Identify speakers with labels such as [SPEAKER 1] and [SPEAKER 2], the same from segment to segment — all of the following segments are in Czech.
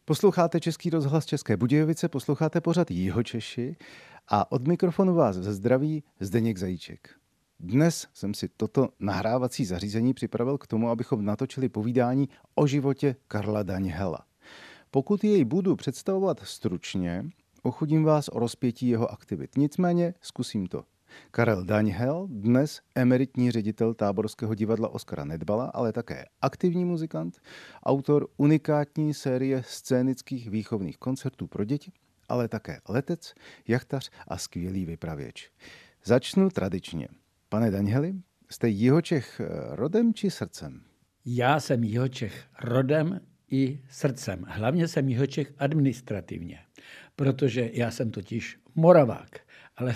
[SPEAKER 1] Posloucháte Český rozhlas České Budějovice, posloucháte pořad Jihočeši a od mikrofonu vás zdraví Zdeněk Zajíček. Dnes jsem si toto nahrávací zařízení připravil k tomu, abychom natočili povídání o životě Karla Daňhela. Pokud jej budu představovat stručně, ochudím vás o rozpětí jeho aktivit. Nicméně zkusím to. Karel Daňhel, dnes emeritní ředitel Táborského divadla Oskara Nedbala, ale také aktivní muzikant, autor unikátní série scénických výchovných koncertů pro děti, ale také letec, jachtař a skvělý vypravěč. Začnu tradičně. Pane Daňheli, jste Jihočech rodem či srdcem?
[SPEAKER 2] Já jsem Jihočech rodem i srdcem. Hlavně jsem Jihočech administrativně, protože já jsem totiž Moravák, ale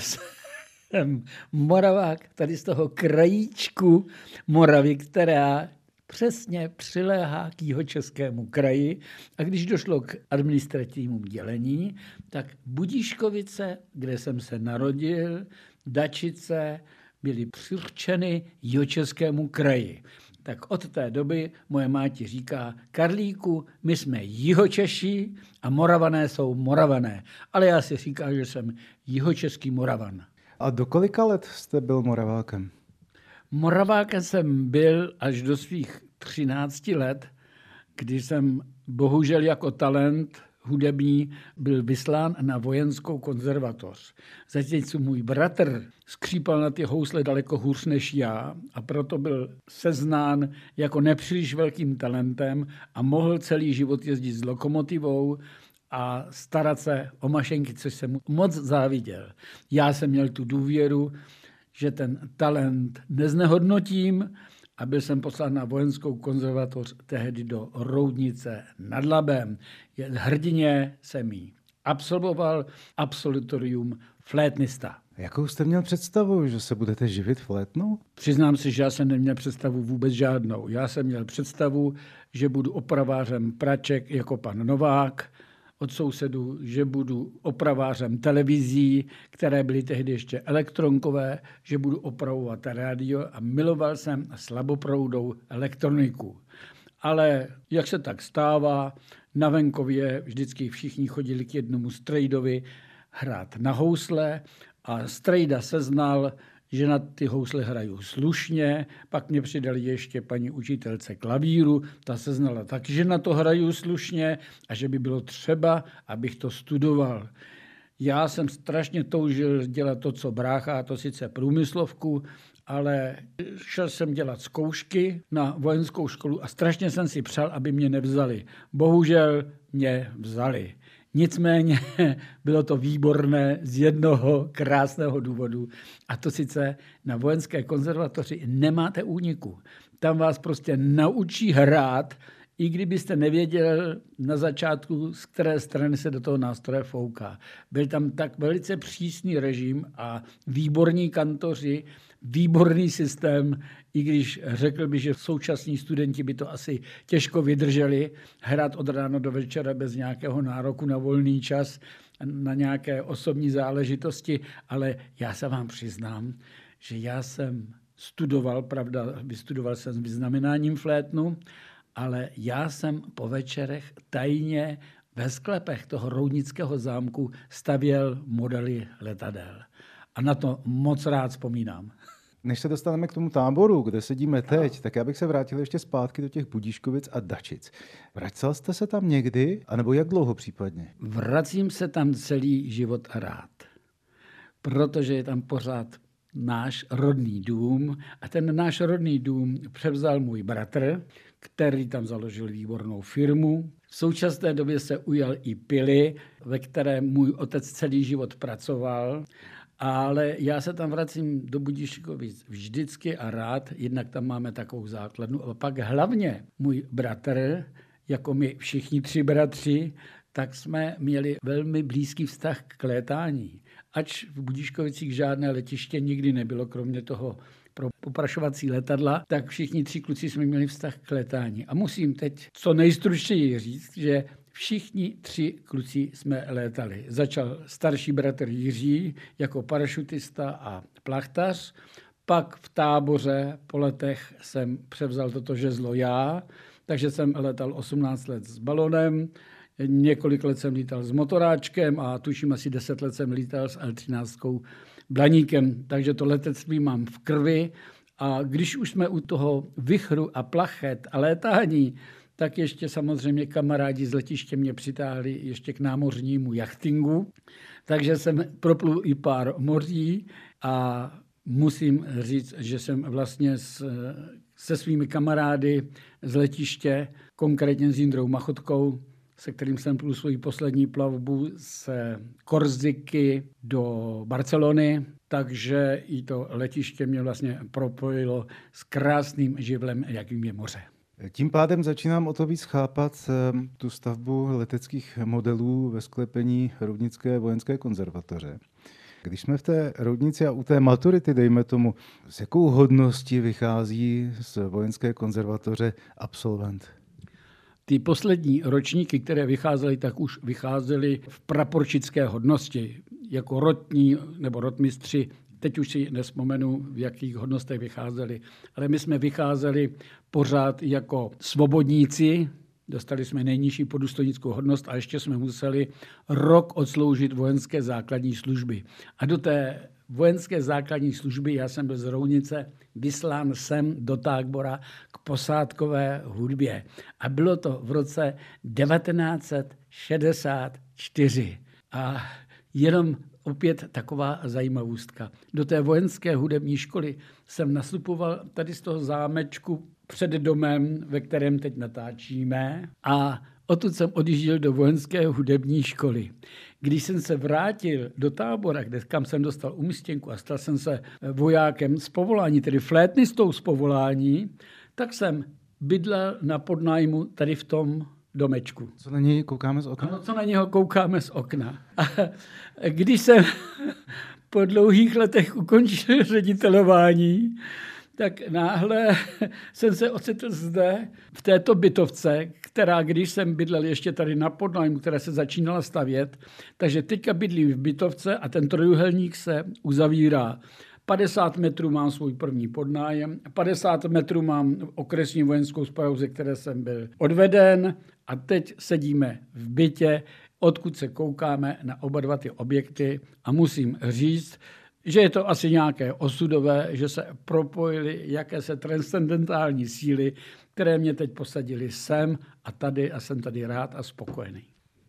[SPEAKER 2] jsem Moravák tady z toho krajíčku Moravy, která přesně přiléhá k Jihočeskému kraji. A když došlo k administrativnímu dělení, tak Budiškovice, kde jsem se narodil, Dačice byly přirčeny Jihočeskému kraji. Tak od té doby moje máti říká: Karlíku, my jsme Jihočeši a Moravané jsou Moravané. Ale já si říkám, že jsem jihočeský Moravan.
[SPEAKER 1] A do kolika let jste byl Moravákem?
[SPEAKER 2] Moravákem jsem byl až do svých 13 let, kdy jsem bohužel jako talent hudební byl vyslán na vojenskou konzervatoř. Zatímco můj bratr skřípal na ty housle daleko hůř než já a proto byl seznán jako nepříliš velkým talentem a mohl celý život jezdit s lokomotivou a starat se o mašinky, což jsem mu moc záviděl. Já jsem měl tu důvěru, že ten talent neznehodnotím a byl jsem poslán na vojenskou konzervatoř tehdy do Roudnice nad Labem. Hrdině jsem ji absolvoval, absolutorium flétnista.
[SPEAKER 1] Jakou jste měl představu, že se budete živit flétnou?
[SPEAKER 2] Přiznám si, že já jsem neměl představu vůbec žádnou. Já jsem měl představu, že budu opravářem praček jako pan Novák, od sousedů, že budu opravářem televizí, které byly tehdy ještě elektronkové, že budu opravovat rádio a miloval jsem slaboproudou elektroniku. Ale jak se tak stává, na venkově vždycky všichni chodili k jednomu strejdovi hrát na housle a strejda seznal, že na ty housle hraju slušně, pak mě přidali ještě paní učitelce klavíru, ta se znala taky, že na to hraju slušně a že by bylo třeba, abych to studoval. Já jsem strašně toužil dělat to, co brácha, a to sice průmyslovku, ale šel jsem dělat zkoušky na vojenskou školu a strašně jsem si přál, aby mě nevzali. Bohužel mě vzali. Nicméně bylo to výborné z jednoho krásného důvodu. A to sice na vojenské konzervatoři nemáte úniku. Tam vás prostě naučí hrát, i kdybyste nevěděl na začátku, z které strany se do toho nástroje fouká. Byl tam tak velice přísný režim a výborní kantoři, výborný systém, i když řekl bych, že současní studenti by to asi těžko vydrželi hrát od rána do večera bez nějakého nároku na volný čas, na nějaké osobní záležitosti, ale já se vám přiznám, že já jsem studoval, pravda, vystudoval jsem s vyznamenáním flétnu, ale já jsem po večerech tajně ve sklepech toho Roudnického zámku stavěl modely letadel. A na to moc rád vzpomínám.
[SPEAKER 1] Než se dostaneme k tomu táboru, kde sedíme teď, tak já bych se vrátil ještě zpátky do těch Budiškovic a Dačic. Vracel jste se tam někdy, anebo jak dlouho případně?
[SPEAKER 2] Vracím se tam celý život a rád, protože je tam pořád náš rodný dům a ten náš rodný dům převzal můj bratr, který tam založil výbornou firmu. V současné době se ujal i pily, ve které můj otec celý život pracoval, ale já se tam vracím do Budiškovic vždycky a rád, jednak tam máme takovou základnu. A pak hlavně můj bratr, jako my všichni 3 bratři, tak jsme měli velmi blízký vztah k létání. Ač v Budiškovicích žádné letiště nikdy nebylo, kromě toho pro poprašovací letadla, tak všichni 3 kluci jsme měli vztah k létání. A musím teď co nejstručněji říct, že všichni 3 kluci jsme létali. Začal starší bratr Jiří jako parašutista a plachtař, pak v táboře po letech jsem převzal toto žezlo já, takže jsem letal 18 let s balonem, Několik let jsem lítal s motoráčkem a tuším asi 10 let jsem lítal s L-13 Blaníkem, takže to letectví mám v krvi. A když už jsme u toho vichru a plachet a létání, tak ještě samozřejmě kamarádi z letiště mě přitáhli ještě k námořnímu jachtingu. Takže jsem proplul i pár moří a musím říct, že jsem vlastně se svými kamarády z letiště, konkrétně s Jindrou Machotkou, se kterým jsem plul svoji poslední plavbu z Korziky do Barcelony, takže i to letiště mě vlastně propojilo s krásným živlem, jakým je moře.
[SPEAKER 1] Tím pádem začínám o to víc chápat tu stavbu leteckých modelů ve sklepení Roudnické vojenské konzervatoře. Když jsme v té Roudnici a u té maturity, dejme tomu, s jakou hodností vychází z vojenské konzervatoře absolvent?
[SPEAKER 2] Ty poslední ročníky, které vycházely, tak už vycházely v praporčické hodnosti, jako rotní nebo rotmistři. Teď už si nespomenu, v jakých hodnostech vycházeli, ale my jsme vycházeli pořád jako svobodníci, dostali jsme nejnižší podůstojnickou hodnost a ještě jsme museli rok odsloužit vojenské základní služby. A do té vojenské základní služby já jsem byl z Roudnice vyslán sem do Tábora k posádkové hudbě. A bylo to v roce 1964. A jenom opět taková zajímavostka. Do té vojenské hudební školy jsem nastupoval tady z toho zámečku před domem, ve kterém teď natáčíme, a odtud jsem odjížděl do vojenské hudební školy. Když jsem se vrátil do Tábora, kam jsem dostal umístěnku a stal jsem se vojákem z povolání, tedy flétnistou z povolání, tak jsem bydlel na podnájmu tady v tom domečku.
[SPEAKER 1] Co na něj koukáme z okna?
[SPEAKER 2] Ano, co na něho koukáme z okna. A když jsem po dlouhých letech ukončil ředitelování, tak náhle jsem se ocitl zde, v této bytovce, která, když jsem bydlel ještě tady na podnájmu, která se začínala stavět, takže teďka bydlím v bytovce a ten trojúhelník se uzavírá. 50 metrů mám svůj první podnájem, 50 metrů mám okresní vojenskou správu, ze které jsem byl odveden, a teď sedíme v bytě, odkud se koukáme na oba dva ty objekty, a musím říct, že je to asi nějaké osudové, že se propojily jakési transcendentální síly, které mě teď posadily sem a tady, a jsem tady rád a spokojený.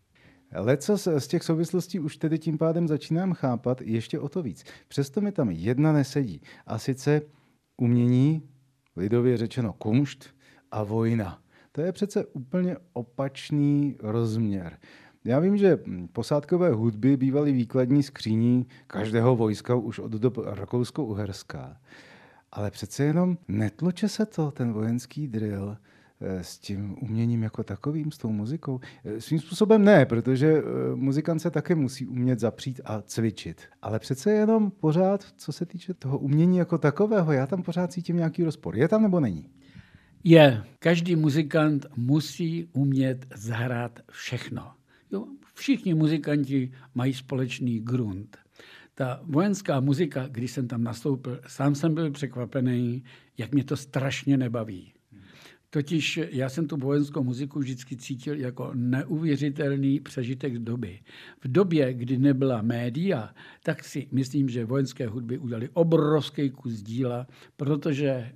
[SPEAKER 1] Lecos z těch souvislostí už tedy tím pádem začínám chápat ještě o to víc. Přesto mi tam jedna nesedí, a sice umění, lidově řečeno kumšt, a vojna. To je přece úplně opačný rozměr. Já vím, že posádkové hudby bývaly výkladní skříní každého vojska už od dob Rakousko-Uherská. Ale přece jenom netloče se to, ten vojenský drill, s tím uměním jako takovým, s tou muzikou? Svým způsobem ne, protože muzikant se také musí umět zapřít a cvičit. Ale přece jenom pořád, co se týče toho umění jako takového, já tam pořád cítím nějaký rozpor. Je tam nebo není?
[SPEAKER 2] Je. Každý muzikant musí umět zahrát všechno. Jo, všichni muzikanti mají společný grunt. Ta vojenská muzika, když jsem tam nastoupil, sám jsem byl překvapený, jak mě to strašně nebaví. Totiž já jsem tu vojenskou muziku vždycky cítil jako neuvěřitelný přežitek doby. V době, kdy nebyla média, tak si myslím, že vojenské hudby udělali obrovský kus díla, protože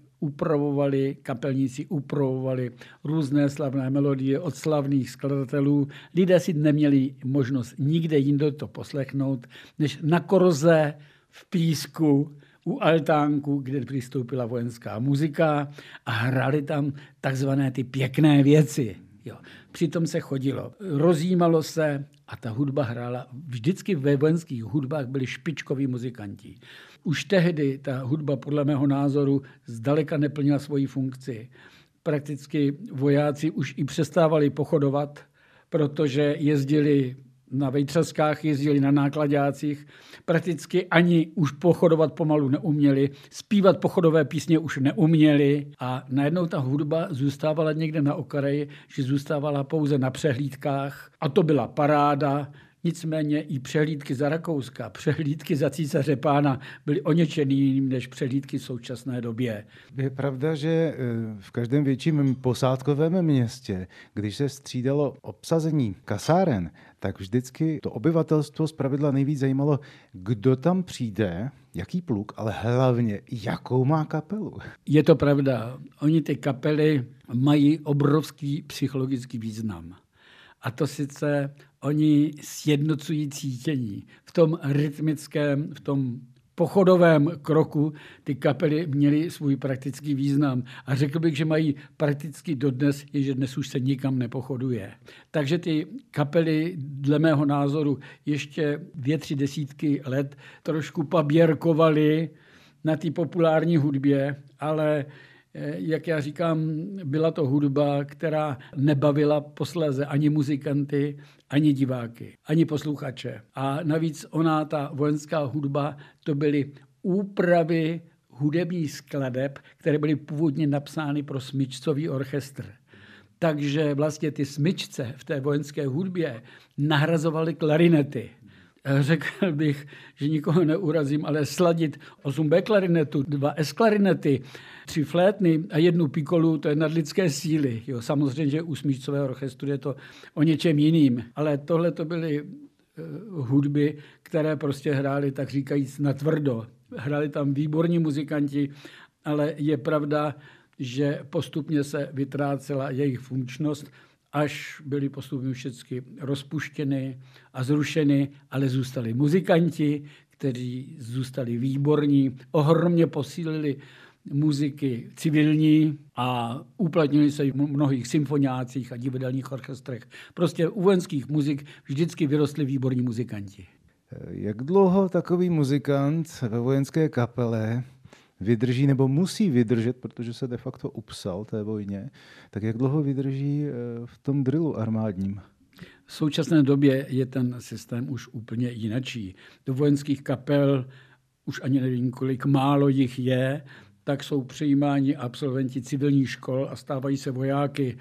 [SPEAKER 2] kapelníci upravovali různé slavné melodie od slavných skladatelů. Lidé si neměli možnost nikde jinde to poslechnout, než na Korze v Písku u altánku, kde přistoupila vojenská muzika, a hráli tam takzvané ty pěkné věci. Jo. Přitom se chodilo, rozjímalo se a ta hudba hrála. Vždycky ve vojenských hudbách byli špičkoví muzikanti. Už tehdy ta hudba podle mého názoru zdaleka neplnila svoji funkci. Prakticky vojáci už i přestávali pochodovat, protože jezdili na vejtřaskách, jezdili na nákladácích, prakticky ani už pochodovat pomalu neuměli, zpívat pochodové písně už neuměli, a najednou ta hudba zůstávala někde na okraji, že zůstávala pouze na přehlídkách, a to byla paráda, Nicméně i přehlídky za Rakouska, přehlídky za císaře Pána byly o něčem jiným než přehlídky v současné době.
[SPEAKER 1] Je pravda, že v každém větším posádkovém městě, když se střídalo obsazení kasáren, tak vždycky to obyvatelstvo zpravidla nejvíc zajímalo, kdo tam přijde, jaký pluk, ale hlavně jakou má kapelu.
[SPEAKER 2] Je to pravda. Oni ty kapely mají obrovský psychologický význam. A to sice oni sjednocují cítění. V tom rytmickém, v tom pochodovém kroku ty kapely měly svůj praktický význam. A řekl bych, že mají prakticky dodnes, je, že dnes už se nikam nepochoduje. Takže ty kapely, dle mého názoru, ještě 2-3 desítky let trošku paběrkovaly na té populární hudbě, ale jak já říkám, byla to hudba, která nebavila posléze ani muzikanty, ani diváky, ani posluchače. A navíc ta vojenská hudba, to byly úpravy hudebních skladeb, které byly původně napsány pro smyčcový orchestr. Takže vlastně ty smyčce v té vojenské hudbě nahrazovaly klarinety. Řekl bych, že nikoho neurazím, ale sladit 8B klarinetu, 2 S klarinety, 3 flétny a 1 pikolu, to je nadlidské síly. Jo, samozřejmě, že u smyčcového orchestru je to o něčem jiným, ale tohle to byly hudby, které prostě hrály, tak říkajíc, natvrdo. Hráli tam výborní muzikanti, ale je pravda, že postupně se vytrácela jejich funkčnost, až byly postupně všechny rozpuštěny a zrušeny, ale zůstali muzikanti, kteří zůstali výborní, ohromně posílili muziky civilní a uplatnili se v mnohých symfoniácích a divadelních orchestrech. Prostě u vojenských muzik vždycky vyrostli výborní muzikanti.
[SPEAKER 1] Jak dlouho takový muzikant ve vojenské kapele vydrží nebo musí vydržet, protože se de facto upsal té vojně, tak jak dlouho vydrží v tom drillu armádním?
[SPEAKER 2] V současné době je ten systém už úplně jinačí. Do vojenských kapel, už ani nevím, kolik málo jich je, tak jsou přijímáni absolventi civilních škol a stávají se vojáky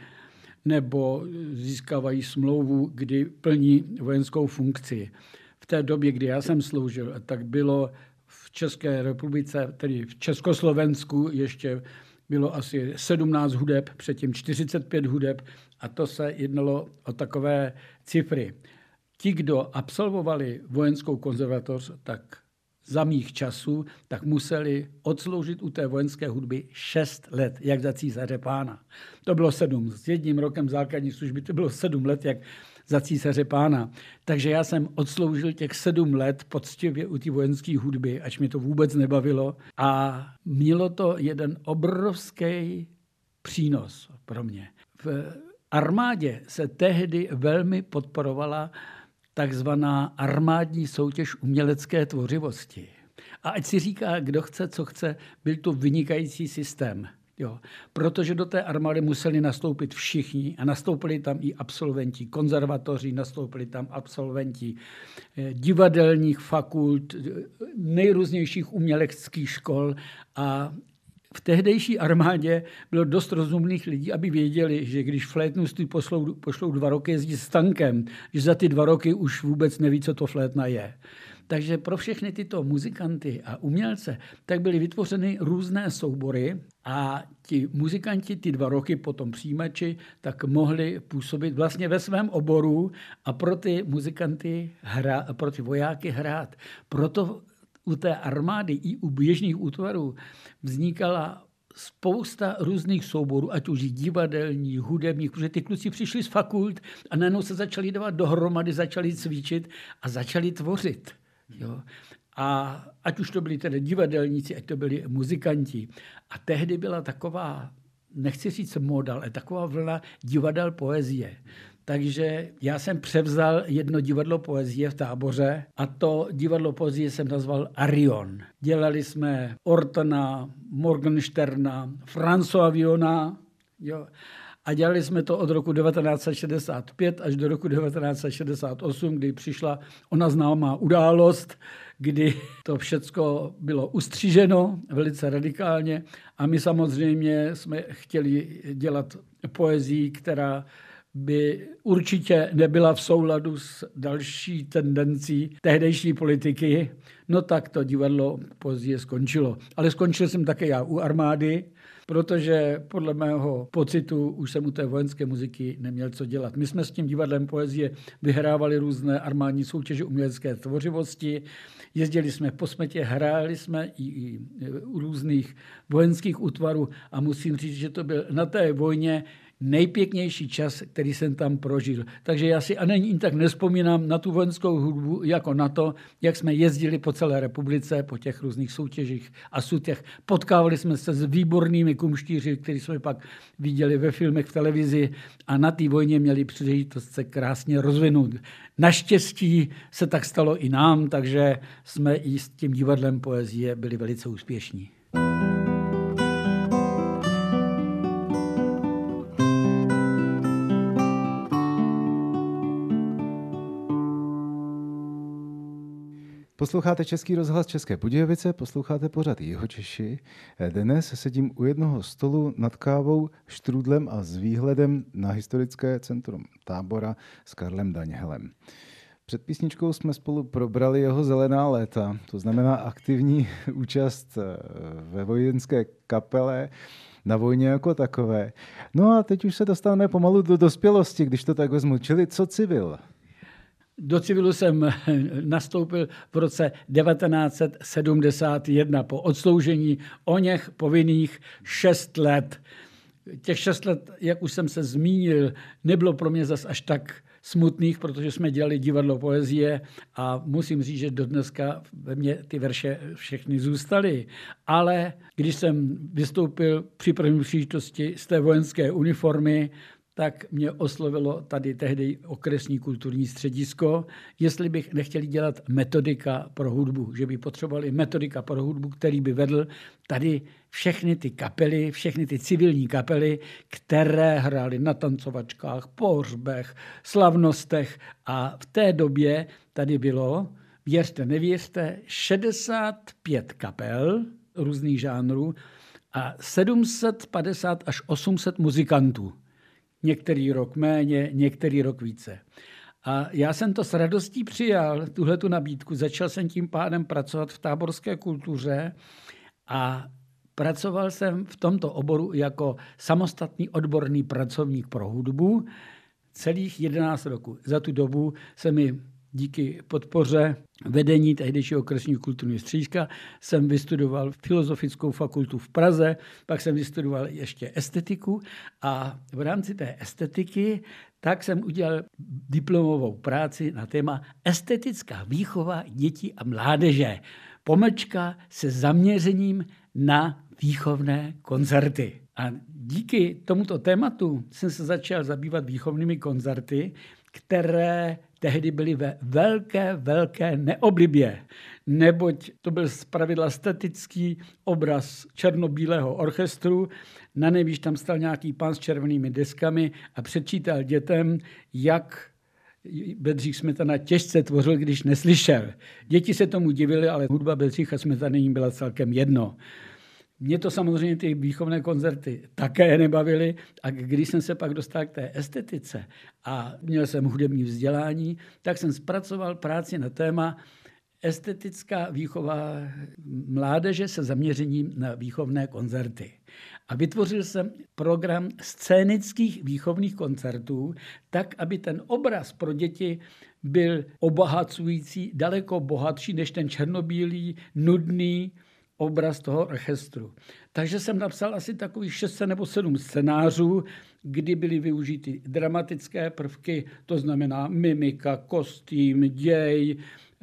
[SPEAKER 2] nebo získávají smlouvu, kdy plní vojenskou funkci. V té době, kdy já jsem sloužil, tak bylo v České republice, tedy v Československu, ještě bylo asi 17 hudeb, předtím 45 hudeb a to se jednalo o takové cifry. Ti, kdo absolvovali vojenskou konzervatoř, tak za mých časů, tak museli odsloužit u té vojenské hudby 6 let, jak za císaře Pána. To bylo 7. S 1 rokem základní služby to bylo 7 let, jak za císaře Pána. Takže já jsem odsloužil těch 7 let poctivě u té vojenské hudby, ač mě to vůbec nebavilo. A mělo to jeden obrovský přínos pro mě. V armádě se tehdy velmi podporovala takzvaná armádní soutěž umělecké tvořivosti. A ať si říká, kdo chce, co chce, byl to vynikající systém. Jo. Protože do té armády museli nastoupit všichni a nastoupili tam i absolventi konzervatoří, nastoupili tam absolventi divadelních fakult, nejrůznějších uměleckých škol a v tehdejší armádě bylo dost rozumných lidí, aby věděli, že když flétnistům pošlou 2 roky jezdit s tankem, že za ty 2 roky už vůbec neví, co to flétna je. Takže pro všechny tyto muzikanty a umělce tak byly vytvořeny různé soubory a ti muzikanti ty 2 roky potom přijímači tak mohli působit vlastně ve svém oboru a pro ty muzikanty pro ty vojáky hrát. Proto u té armády i u běžných útvarů vznikala spousta různých souborů, ať už divadelních, hudebních, protože ty kluci přišli z fakult a najednou se začali dávat dohromady, začali cvičit a začali tvořit. Jo. A ať už to byli tedy divadelníci, ať to byli muzikanti. A tehdy byla taková, nechci říct móda, ale taková vlna divadel poezie. Takže já jsem převzal jedno divadlo poezie v Táboře a to divadlo poezie jsem nazval Arion. Dělali jsme Ortona, Morgensterna, Françoise Villona, jo. A dělali jsme to od roku 1965 až do roku 1968, kdy přišla ona známá událost, kdy to všecko bylo ustřiženo velice radikálně a my samozřejmě jsme chtěli dělat poezii, která by určitě nebyla v souladu s další tendencí tehdejší politiky, no tak to divadlo později skončilo. Ale skončil jsem také já u armády, protože podle mého pocitu už jsem u té vojenské muziky neměl co dělat. My jsme s tím divadlem poezie vyhrávali různé armádní soutěže umělecké tvořivosti, jezdili jsme po světě, hráli jsme i u různých vojenských útvarů a musím říct, že to byl na té vojně nejpěknější čas, který jsem tam prožil. Takže já si ani tak nevzpomínám na tu vojenskou hudbu, jako na to, jak jsme jezdili po celé republice, po těch různých soutěžích a sutech. Potkávali jsme se s výbornými kumštíři, který jsme pak viděli ve filmech, v televizi a na té vojně měli příležitost se krásně rozvinout. Naštěstí se tak stalo i nám, takže jsme i s tím divadlem poezie byli velice úspěšní.
[SPEAKER 1] Posloucháte Český rozhlas České Budějovice, posloucháte pořad Jihočeši. Dnes sedím u jednoho stolu nad kávou, štrůdlem a s výhledem na historické centrum Tábora s Karlem Daňhelem. Před písničkou jsme spolu probrali jeho zelená léta, to znamená aktivní účast ve vojenské kapele, na vojně jako takové. No a teď už se dostaneme pomalu do dospělosti, když to tak vezmu. Čili co civil?
[SPEAKER 2] Do civilu jsem nastoupil v roce 1971 po odsloužení oněch povinných 6 let. Těch 6 let, jak už jsem se zmínil, nebylo pro mě zas až tak smutných, protože jsme dělali divadlo poezie a musím říct, že do dneska ve mně ty verše všechny zůstaly. Ale když jsem vystoupil při první příležitosti z té vojenské uniformy, tak mě oslovilo tady tehdy okresní kulturní středisko, jestli bych nechtěli dělat metodika pro hudbu, že by potřebovali metodika pro hudbu, který by vedl tady všechny ty kapely, všechny ty civilní kapely, které hrály na tancovačkách, pohřbech, slavnostech a v té době tady bylo, věřte, nevěřte, 65 kapel různých žánrů a 750 až 800 muzikantů. Některý rok méně, některý rok více. A já jsem to s radostí přijal, tuhletu nabídku. Začal jsem tím pádem pracovat v táborské kultuře a pracoval jsem v tomto oboru jako samostatný odborný pracovník pro hudbu celých 11 roků. Za tu dobu se mi díky podpoře vedení tehdejšího okresního kulturního střediska jsem vystudoval filozofickou fakultu v Praze, pak jsem vystudoval ještě estetiku a v rámci té estetiky tak jsem udělal diplomovou práci na téma estetická výchova dětí a mládeže. Pomlčka se zaměřením na výchovné koncerty. A díky tomuto tématu jsem se začal zabývat výchovnými koncerty, které tehdy byly ve velké neoblibě, neboť to byl zpravidla statický obraz černobílého orchestru, na nejvýš tam stal nějaký pán s červenými deskami a předčítal dětem, jak Bedřich Smetana těžce tvořil, když neslyšel. Děti se tomu divily, ale hudba Bedřicha Smetany jim byla celkem jedno. Mě to samozřejmě ty výchovné koncerty také nebavily a když jsem se pak dostal k té estetice a měl jsem hudební vzdělání, tak jsem zpracoval práci na téma estetická výchova mládeže se zaměřením na výchovné koncerty. A vytvořil jsem program scénických výchovných koncertů tak, aby ten obraz pro děti byl obohacující, daleko bohatší než ten černobílý, nudný obraz toho orchestru. Takže jsem napsal asi takových 6 nebo 7 scénářů, kdy byly využity dramatické prvky, to znamená mimika, kostým, děj,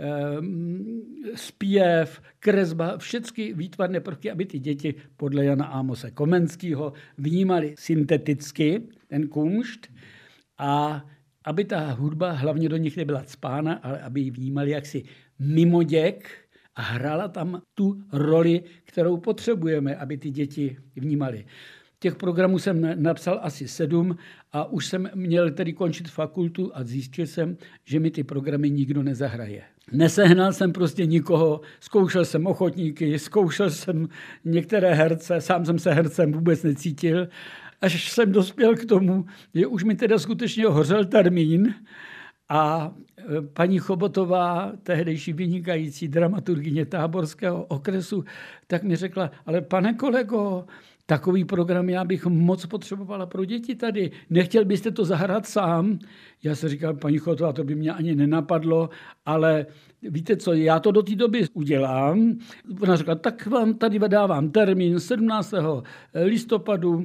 [SPEAKER 2] zpěv, kresba, všechny výtvarné prvky, aby ty děti podle Jana Amose Komenského vnímali synteticky ten kumšt a aby ta hudba hlavně do nich nebyla cpána, ale aby ji vnímali jaksi mimoděk a hrála tam tu roli, kterou potřebujeme, aby ty děti vnímali. Těch programů jsem napsal asi 7 a už jsem měl tedy končit fakultu a zjistil jsem, že mi ty programy nikdo nezahraje. Nesehnal jsem prostě nikoho, zkoušel jsem ochotníky, zkoušel jsem některé herce, sám jsem se hercem vůbec necítil až jsem dospěl k tomu, že už mi teda skutečně hořel termín a paní Chobotová, tehdejší vynikající dramaturgyně Táborského okresu, tak mi řekla, ale pane kolego, takový program já bych moc potřebovala pro děti tady. Nechtěl byste to zahrát sám? Já se říkal, paní Chobotová, to by mě ani nenapadlo, ale víte co, já to do té doby udělám. Ona řekla, tak vám tady dávám termín 17. listopadu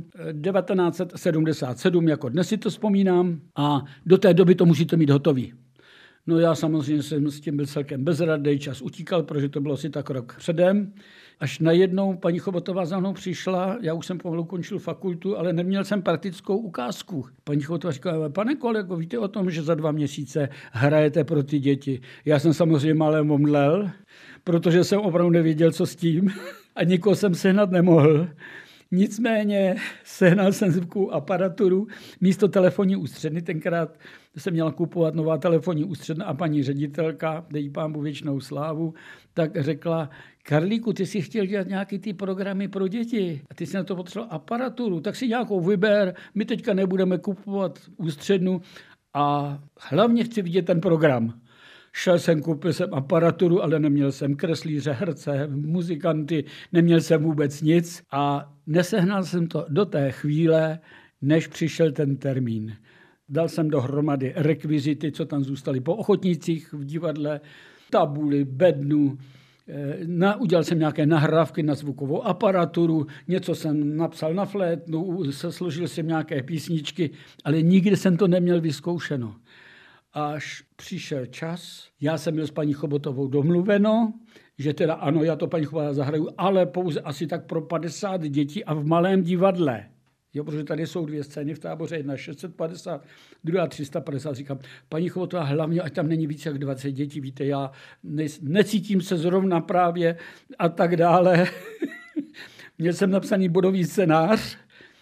[SPEAKER 2] 1977, jako dnes si to vzpomínám, a do té doby to musíte mít hotový. No já samozřejmě jsem s tím byl celkem bezradný, čas utíkal, protože to bylo asi tak rok předem. Až najednou paní Chobotová za mnou přišla, já už jsem pomalu končil fakultu, ale neměl jsem praktickou ukázku. Paní Chobotová říkala, pane kolego, víte o tom, že za 2 měsíce hrajete pro ty děti? Já jsem samozřejmě malé omdlel, protože jsem opravdu nevěděl, co s tím a nikoho jsem sehnat nemohl. Nicméně sehnal jsem zvukovou aparaturu místo telefonní ústředny. Tenkrát jsem měla kupovat nová telefonní ústředna a paní ředitelka, dej pánbu věčnou slávu, tak řekla, Karlíku, ty si chtěl dělat nějaký ty programy pro děti a ty si na to potřeboval aparaturu, tak si nějakou vyber, my teďka nebudeme kupovat ústřednu a hlavně chci vidět ten program. Šel jsem, koupil jsem aparaturu, ale neměl jsem kreslíře, herce, muzikanty, neměl jsem vůbec nic a nesehnal jsem to do té chvíle, než přišel ten termín. Dal jsem dohromady rekvizity, co tam zůstaly po ochotnících v divadle, tabuly, bednu, udělal jsem nějaké nahrávky na zvukovou aparaturu, něco jsem napsal na flétnu, složil jsem nějaké písničky, ale nikdy jsem to neměl vyzkoušeno. Až přišel čas, já jsem měl s paní Chobotovou domluveno, že teda ano, já to paní Chobotová zahraju, ale pouze asi tak pro 50 dětí a v malém divadle. Jo, protože tady jsou 2 scény v Táboře, jedna 650, druhá 350. Říkám, paní Chobotová, hlavně, ať tam není více jak 20 dětí, víte, já necítím se zrovna právě a tak dále. Měl jsem napsaný bodový scénář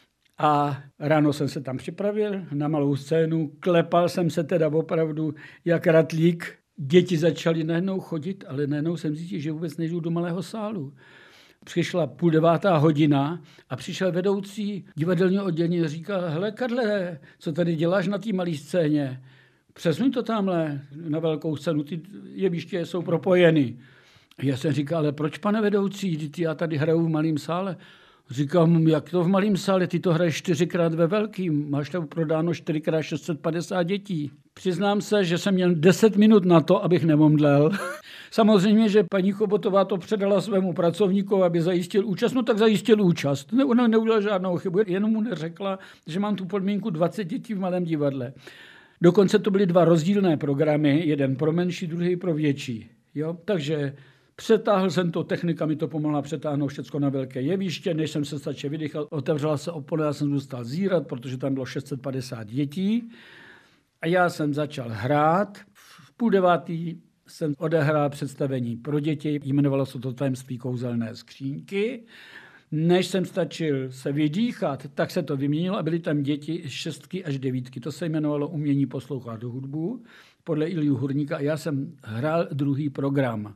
[SPEAKER 2] a ráno jsem se tam připravil na malou scénu, klepal jsem se teda opravdu jak ratlík. Děti začaly najednou chodit, ale najednou jsem zjistil, že vůbec nejdu do malého sálu. Přišla 8:30 hodina a přišel vedoucí divadelního oddělení a říkal, hele Karle, co tady děláš na té malé scéně? Přesuň to tamhle na velkou scénu, ty jeviště jsou propojeny. A já jsem říkal, ale proč, pane vedoucí, já tady hraju v malém sále? Říkám, jak to v malém sále, ty to hraješ 4x ve velkým, máš tam prodáno 4x 650 dětí. Přiznám se, že jsem měl 10 minut na to, abych neomdlel. Samozřejmě, že paní Chobotová to předala svému pracovníku, aby zajistil účast, no tak zajistil účast. Ona neudělala žádnou chybu, jenom mu neřekla, že mám tu podmínku 20 dětí v malém divadle. Dokonce to byly 2 rozdílné programy, jeden pro menší, druhý pro větší. Jo? Takže přetáhl jsem to, technika mi to pomohla přetáhnout všechno na velké jeviště, než jsem se stačil vydýchat, otevřela se opona, já jsem zůstal zírat, protože tam bylo 650 dětí. A já jsem začal hrát. V 8:30 jsem odehrál představení pro děti, jmenovalo se to Tajemství kouzelné skřínky. Než jsem stačil se vydýchat, tak se to vyměnilo a byly tam děti 6 až 9. To se jmenovalo Umění poslouchat hudbu podle Ilju Hurníka a já jsem hrál druhý program.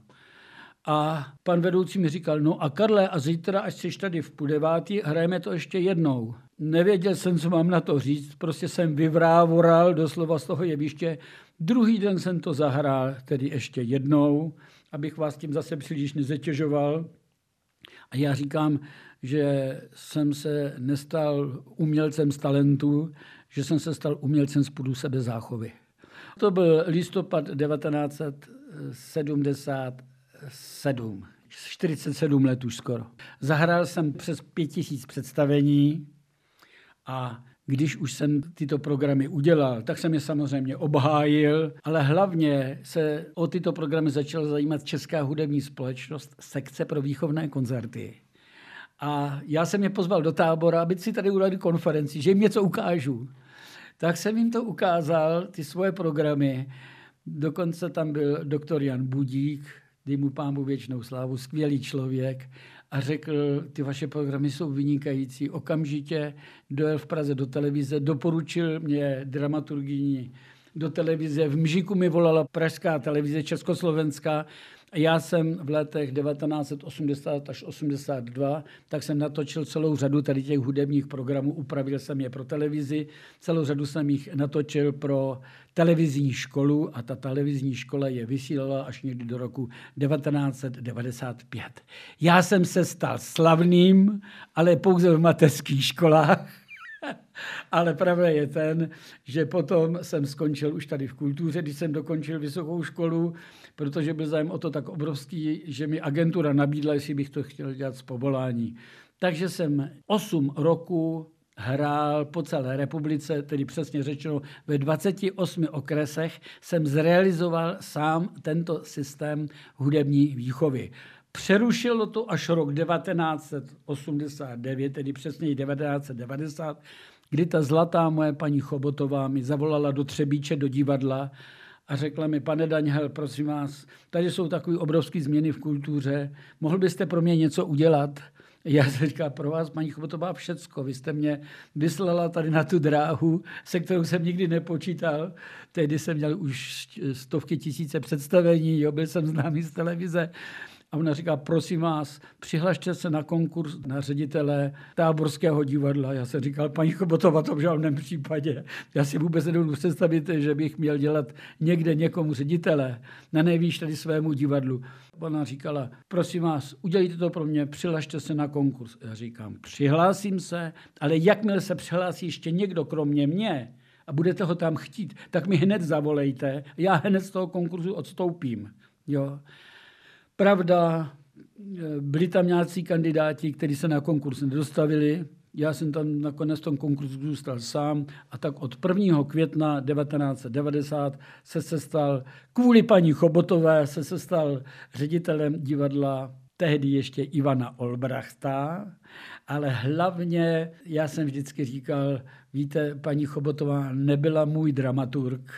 [SPEAKER 2] A pan vedoucí mi říkal, no a Karle, a zítra, až jsi tady v 8:30, hrajeme to ještě jednou. Nevěděl jsem, co mám na to říct, prostě jsem vyvrávoral doslova z toho jeviště. Druhý den jsem to zahrál, tedy ještě jednou, abych vás tím zase příliš nezatěžoval. A já říkám, že jsem se nestal umělcem z talentu, že jsem se stal umělcem z půdu sebezáchovy. To byl listopad 1977, 47 let už skoro. Zahrál jsem přes 5000 představení a když už jsem tyto programy udělal, tak jsem je samozřejmě obhájil, ale hlavně se o tyto programy začala zajímat Česká hudební společnost, sekce pro výchovné koncerty. A já jsem je pozval do Tábora, aby si tady udělali konferenci, že jim něco ukážu. Tak jsem jim to ukázal, ty svoje programy. Dokonce tam byl doktor Jan Budík, dej mu pánbu věčnou slávu, skvělý člověk, a řekl, ty vaše programy jsou vynikající. Okamžitě dojel v Praze do televize, doporučil mě dramaturgyni do televize. V Mžiku mi volala pražská televize Československá, Já jsem v letech 1980 až 82, tak jsem natočil celou řadu tady těch hudebních programů, upravil jsem je pro televizi, celou řadu jsem jich natočil pro televizní školu a ta televizní škola je vysílala až někdy do roku 1995. Já jsem se stal slavným, ale pouze v mateřských školách. Ale pravda je ten, že potom jsem skončil už tady v kultuře, když jsem dokončil vysokou školu, protože byl zájem o to tak obrovský, že mi agentura nabídla, jestli bych to chtěl dělat z povolání. Takže jsem 8 roků hrál po celé republice, tedy přesně řečeno ve 28 okresech jsem zrealizoval sám tento systém hudební výchovy. Přerušilo to až rok 1989, tedy přesněji 1990, kdy ta zlatá moje paní Chobotová mi zavolala do Třebíče do divadla a řekla mi: pane Daňhel, prosím vás, tady jsou takové obrovské změny v kultuře, mohl byste pro mě něco udělat? Já jsem říkal: pro vás, paní Chobotová, všecko. Vy jste mě vyslala tady na tu dráhu, se kterou jsem nikdy nepočítal. Tehdy jsem měl už stovky tisíce představení, byl jsem známý z televize. A ona říká: prosím vás, přihlašte se na konkurs na ředitele Táborského divadla. Já jsem říkal: paní Chobotová, to v žádném případě. Já si vůbec nedovedu představit, že bych měl dělat někde někomu ředitele, na nejvýš tady svému divadlu. Ona říkala: prosím vás, udělejte to pro mě, přihlašte se na konkurs. Já říkám: přihlásím se, ale jakmile se přihlásí ještě někdo kromě mě a budete ho tam chtít, tak mi hned zavolejte, já hned z toho konkurzu odstoupím. Jo. Pravda, byli tam nějací kandidáti, kteří se na konkurs nedostavili. Já jsem tam nakonec v tom konkurzu zůstal sám a tak od 1. května 1990 se stal, kvůli paní Chobotové, se stal ředitelem divadla tehdy ještě Ivana Olbrachta, ale hlavně já jsem vždycky říkal: víte, paní Chobotová nebyla můj dramaturg,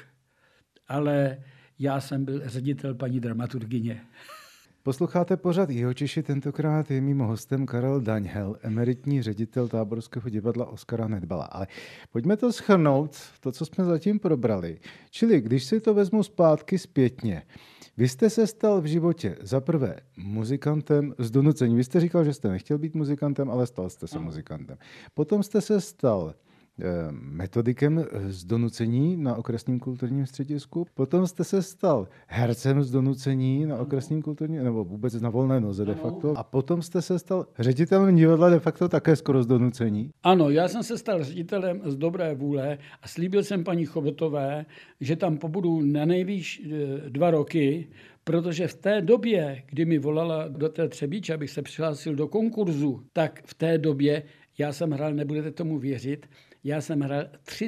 [SPEAKER 2] ale já jsem byl ředitel paní dramaturgyně.
[SPEAKER 1] Posloucháte pořad Jihočeši, tentokrát je mým hostem Karel Daňhel, emeritní ředitel Táborského divadla Oskara Nedbala. Ale pojďme to shrnout, to, co jsme zatím probrali. Čili, když si to vezmu zpátky zpětně, vy jste se stal v životě za prvé muzikantem z donucení. Vy jste říkal, že jste nechtěl být muzikantem, ale stal jste se muzikantem. Potom jste se stal metodikem z donucení na okresním kulturním středisku. Potom jste se stal hercem z donucení na okresním kulturním, nebo vůbec na volné noze de facto. A potom jste se stal ředitelem divadla de facto také skoro z donucení.
[SPEAKER 2] Ano, já jsem se stal ředitelem z dobré vůle a slíbil jsem paní Chobotové, že tam pobudu na nejvýš 2 roky, protože v té době, kdy mi volala do té Třebíče, abych se přihlásil do konkurzu, tak v té době já jsem hrál, nebudete tomu věřit, já jsem hrál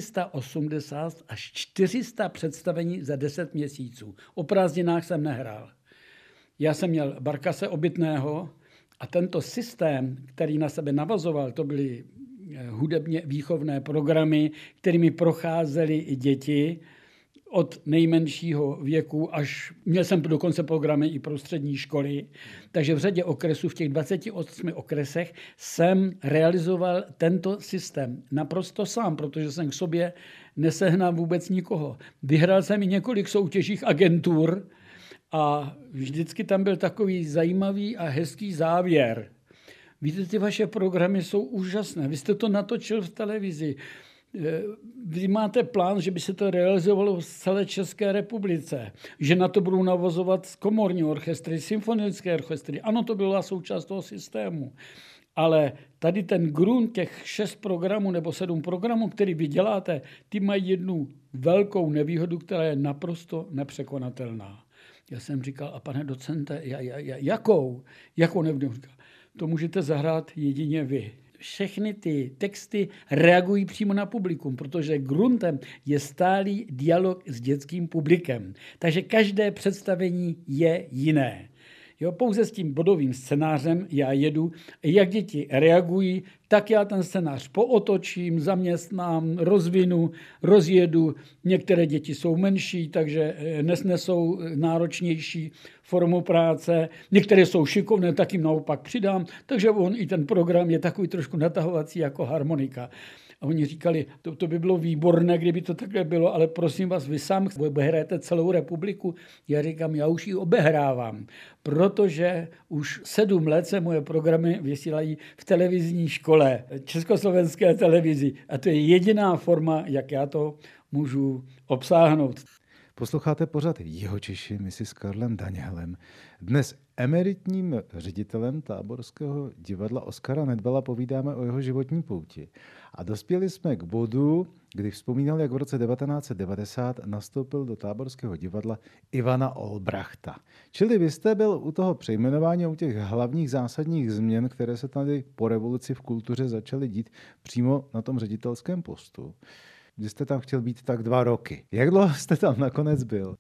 [SPEAKER 2] 380 až 400 představení za 10 měsíců. O prázdninách jsem nehrál. Já jsem měl Barkase Obytného a tento systém, který na sebe navazoval, to byly hudebně výchovné programy, kterými procházely i děti od nejmenšího věku až, měl jsem dokonce programy i pro střední školy, takže v řadě okresů, v těch 28 okresech jsem realizoval tento systém naprosto sám, protože jsem k sobě nesehnal vůbec nikoho. Vyhrál jsem i několik soutěžích agentur a vždycky tam byl takový zajímavý a hezký závěr. Víte, ty vaše programy jsou úžasné, vy jste to natočil v televizi. Vy máte plán, že by se to realizovalo v celé České republice, že na to budou navazovat komorní orchestry, symfonické orchestry. Ano, to byla součást toho systému. Ale tady ten grunt, těch 6 programů nebo 7 programů, který vy děláte, ty mají jednu velkou nevýhodu, která je naprosto nepřekonatelná. Já jsem říkal: a pane docente, jakou nevýhodu? To můžete zahrát jedině vy. Všechny ty texty reagují přímo na publikum, protože gruntem je stálý dialog s dětským publikem. Takže každé představení je jiné. Jo, pouze s tím bodovým scénářem já jedu, jak děti reagují, tak já ten scénář pootočím, zaměstnám, rozvinu, rozjedu. Některé děti jsou menší, takže nesnesou náročnější formu práce. Některé jsou šikovné, tak jim naopak přidám. Takže i ten program je takový trošku natahovací jako harmonika. A oni říkali, to by bylo výborné, kdyby to takhle bylo, ale prosím vás, vy sám obehrajete celou republiku. Já říkám, já už ji obehrávám, protože už 7 let se moje programy vysílají v televizní škole, československé televizi. A to je jediná forma, jak já to můžu obsáhnout.
[SPEAKER 1] Posloucháte pořad Jihočeši, my si s Karlem Daněhlem. Dnes emeritním ředitelem Táborského divadla Oskara Nedbala povídáme o jeho životní pouti. A dospěli jsme k bodu, kdy vzpomínal, jak v roce 1990 nastoupil do Táborského divadla Ivana Olbrachta. Čili vy jste byl u toho přejmenování, u těch hlavních zásadních změn, které se tady po revoluci v kultuře začaly dít přímo na tom ředitelském postu. Vy jste tam chtěl být tak 2 roky. Jak dlouho jste tam nakonec byl?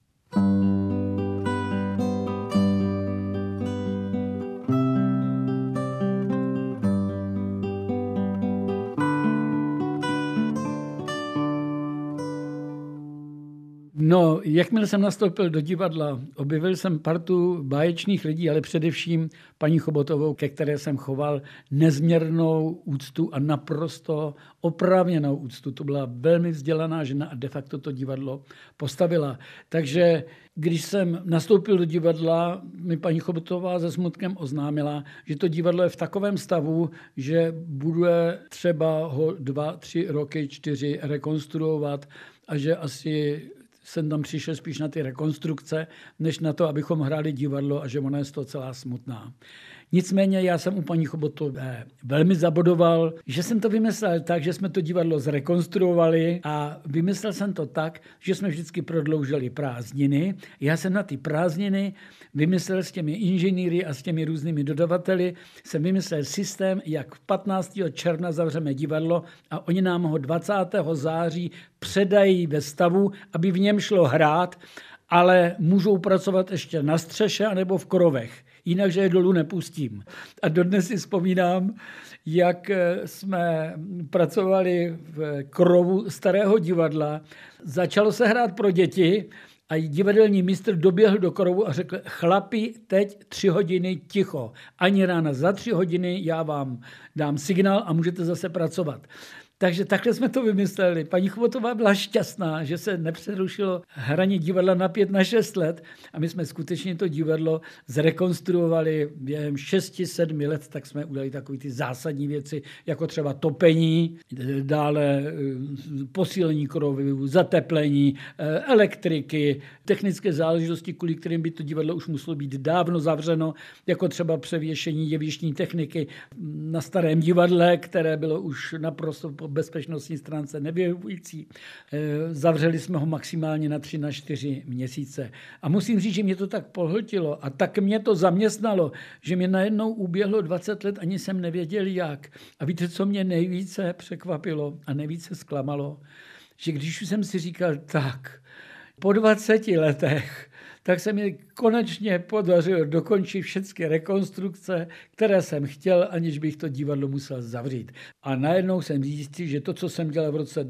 [SPEAKER 2] No, jakmile jsem nastoupil do divadla, objevil jsem partu báječných lidí, ale především paní Chobotovou, ke které jsem choval nezměrnou úctu a naprosto oprávněnou úctu. To byla velmi vzdělaná žena a de facto to divadlo postavila. Takže když jsem nastoupil do divadla, mi paní Chobotová se smutkem oznámila, že to divadlo je v takovém stavu, že bude třeba ho 2, 3 roky, 4 rekonstruovat a že asi jsem tam přišel spíš na ty rekonstrukce, než na to, abychom hráli divadlo a že ona je z toho celá smutná. Nicméně já jsem u paní Chobotové velmi zabodoval, že jsem to vymyslel tak, že jsme to divadlo zrekonstruovali a vymyslel jsem to tak, že jsme vždycky prodloužili prázdniny. Já jsem na ty prázdniny vymyslel s těmi inženýry a s těmi různými dodavateli, jsem vymyslel systém, jak 15. června zavřeme divadlo a oni nám ho 20. září předají ve stavu, aby v něm šlo hrát, ale můžou pracovat ještě na střeše anebo v krovech. Jinak, že je dolů nepustím. A dodnes si vzpomínám, jak jsme pracovali v krovu starého divadla. Začalo se hrát pro děti a divadelní mistr doběhl do krovu a řekl, chlapi, teď 3 hodiny ticho. Ani rána, za 3 hodiny já vám dám signál a můžete zase pracovat. Takže takhle jsme to vymysleli. Paní Chobotová byla šťastná, že se nepřerušilo hraní divadla na 5, na 6 let a my jsme skutečně to divadlo zrekonstruovali během 6-7 let, tak jsme udělali takové ty zásadní věci, jako třeba topení, dále posílení krovu, zateplení, elektriky, technické záležitosti, kvůli kterým by to divadlo už muselo být dávno zavřeno, jako třeba převěšení jevištní techniky na starém divadle, které bylo už naprosto po bezpečnostní stránce nevyhovující. Zavřeli jsme ho maximálně na 3, na 4 měsíce. A musím říct, že mě to tak pohltilo a tak mě to zaměstnalo, že mě najednou uběhlo 20 let, ani jsem nevěděl jak. A víte, co mě nejvíce překvapilo a nejvíce zklamalo? Že když jsem si říkal tak, po 20 letech, tak se mi konečně podařilo dokončit všechny rekonstrukce, které jsem chtěl, aniž bych to divadlo musel zavřít. A najednou jsem zjistil, že to, co jsem dělal v roce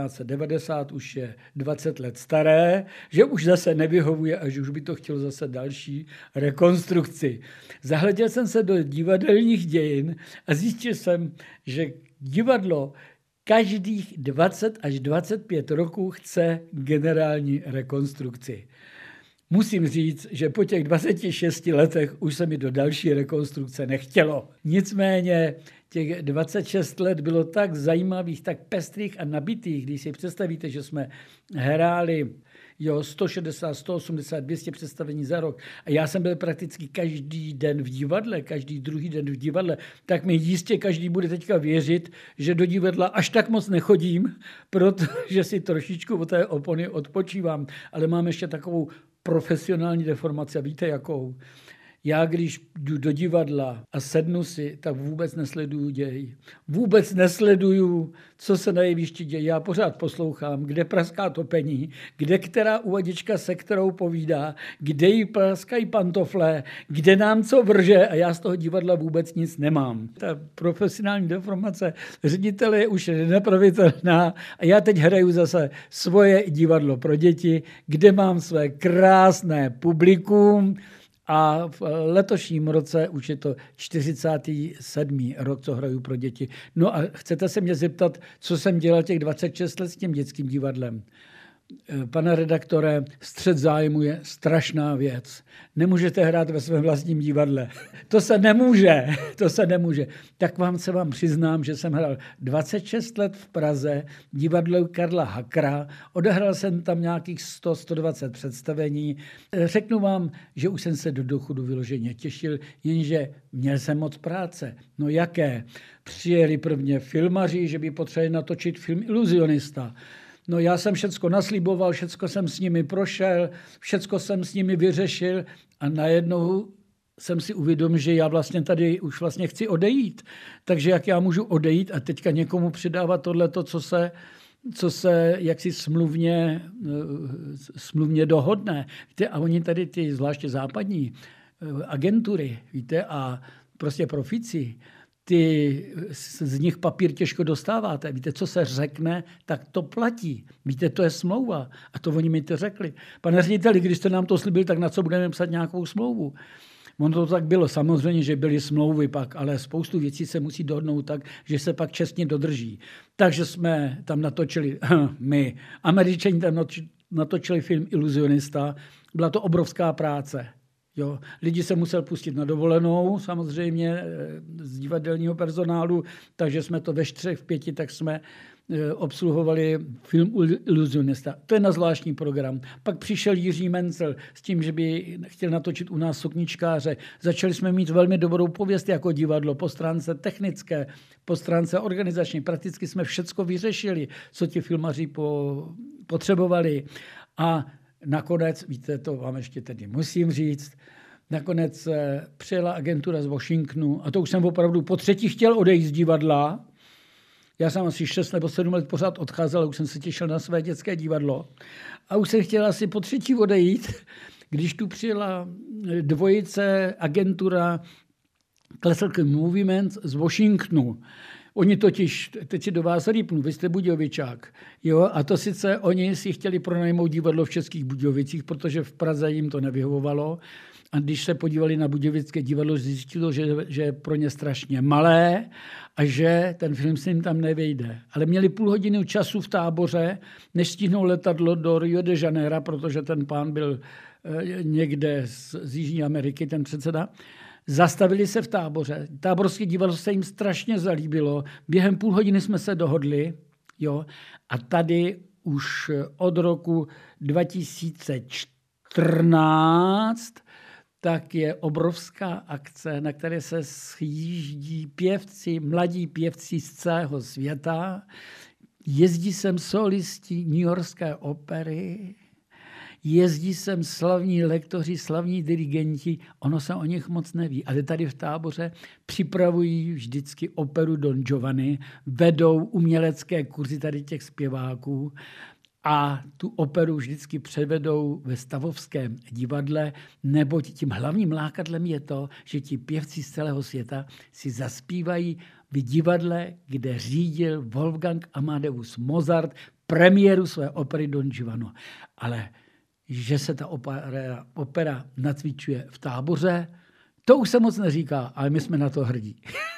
[SPEAKER 2] 1990, už je 20 let staré, že už zase nevyhovuje a že už by to chtělo zase další rekonstrukci. Zahleděl jsem se do divadelních dějin a zjistil jsem, že divadlo každých 20 až 25 roků chce generální rekonstrukci. Musím říct, že po těch 26 letech už se mi do další rekonstrukce nechtělo. Nicméně těch 26 let bylo tak zajímavých, tak pestrých a nabitých, když si představíte, že jsme hráli 160, 180, 200 představení za rok a já jsem byl prakticky každý den v divadle, každý druhý den v divadle, tak mi jistě každý bude teďka věřit, že do divadla až tak moc nechodím, protože si trošičku od té opony odpočívám, ale mám ještě takovou profesionální deformaci. A víte jakou? Já, když jdu do divadla a sednu si, tak vůbec nesleduju děj. Vůbec nesleduju, co se na jevišti děje. Já pořád poslouchám, kde praská topení, kde která uvaděčka se kterou povídá, kde jí praskají pantofle, kde nám co vrže a já z toho divadla vůbec nic nemám. Ta profesionální deformace ředitele je už nenapravitelná a já teď hraju zase svoje divadlo pro děti, kde mám své krásné publikum, A v letošním roce už je to 47. rok, co hraju pro děti. No a chcete se mě zeptat, co jsem dělal těch 26 let s tím dětským divadlem? Pane redaktore, střet zájmu je strašná věc. Nemůžete hrát ve svém vlastním divadle. To se nemůže. Tak se vám přiznám, že jsem hrál 26 let v Praze v divadle Karla Hakra. Odehrál jsem tam nějakých 100-120 představení. Řeknu vám, že už jsem se do důchodu vyloženě těšil, jenže měl jsem moc práce. No jaké? Přijeli prvně filmaři, že by potřebovali natočit film Iluzionista. No já jsem všecko nasliboval, všecko jsem s nimi prošel, všecko jsem s nimi vyřešil a najednou jsem si uvědomil, že já vlastně tady už vlastně chci odejít. Takže jak já můžu odejít a teďka někomu přidávat tohleto, co se jaksi smluvně dohodne. Víte, a oni tady ty zvláště západní agentury, víte, a prostě profici, z nich papír těžko dostáváte. Víte, co se řekne, tak to platí. Víte, to je smlouva. A to oni mi to řekli. Pane řediteli, když jste nám to slíbil, tak na co budeme psat nějakou smlouvu? Ono to tak bylo. Samozřejmě, že byly smlouvy pak, ale spoustu věcí se musí dohodnout tak, že se pak čestně dodrží. Takže jsme tam natočili, my, Američani tam natočili film Iluzionista. Byla to obrovská práce. Jo, lidi se musel pustit na dovolenou, samozřejmě z divadelního personálu, takže jsme to ve 4, v 5, tak jsme obsluhovali film Iluzionista. To je na zvláštní program. Pak přišel Jiří Mencel s tím, že by chtěl natočit u nás Sukničkáře. Začali jsme mít velmi dobrou pověst jako divadlo po stránce technické, po stránce organizační. Prakticky jsme všecko vyřešili, co ti filmaři potřebovali. A nakonec, víte, to vám ještě tedy musím říct, nakonec přijela agentura z Washingtonu a to už jsem opravdu po 3. chtěl odejít z divadla. Já jsem asi 6 nebo 7 let pořád odcházel, ale už jsem se těšil na své dětské divadlo. A už jsem chtěl asi po 3. odejít, když tu přijela dvojice agentura Classical Movement z Washingtonu. Oni totiž, teď si do vás rýpnu, vy jste Budějovičák. Jo? A to sice oni si chtěli pronajmout divadlo v Českých Budějovicích, protože v Praze jim to nevyhovovalo. A když se podívali na budějovické divadlo, zjistilo, že je pro ně strašně malé a že ten film se jim tam nevejde. Ale měli půl hodiny času v táboře, než stihnou letadlo do Rio de Janeiro, protože ten pán byl někde z Jižní Ameriky, ten předseda. Zastavili se v táboře. Táborské divadlo se jim strašně zalíbilo. Během půl hodiny jsme se dohodli. Jo? A tady už od roku 2014 tak je obrovská akce, na které se sjíždí pěvci, mladí pěvci z celého světa. Jezdí sem solisti New Yorkské opery, jezdí sem slavní lektoři, slavní dirigenti, ono se o nich moc neví, ale tady v táboře připravují vždycky operu Don Giovanni, vedou umělecké kurzy tady těch zpěváků a tu operu vždycky převedou ve Stavovském divadle, neboť tím hlavním lákadlem je to, že ti pěvci z celého světa si zaspívají v divadle, kde řídil Wolfgang Amadeus Mozart premiéru své opery Don Giovanni. Ale že se ta opera nacvičuje v táboře, to už se moc neříká, ale my jsme na to hrdí.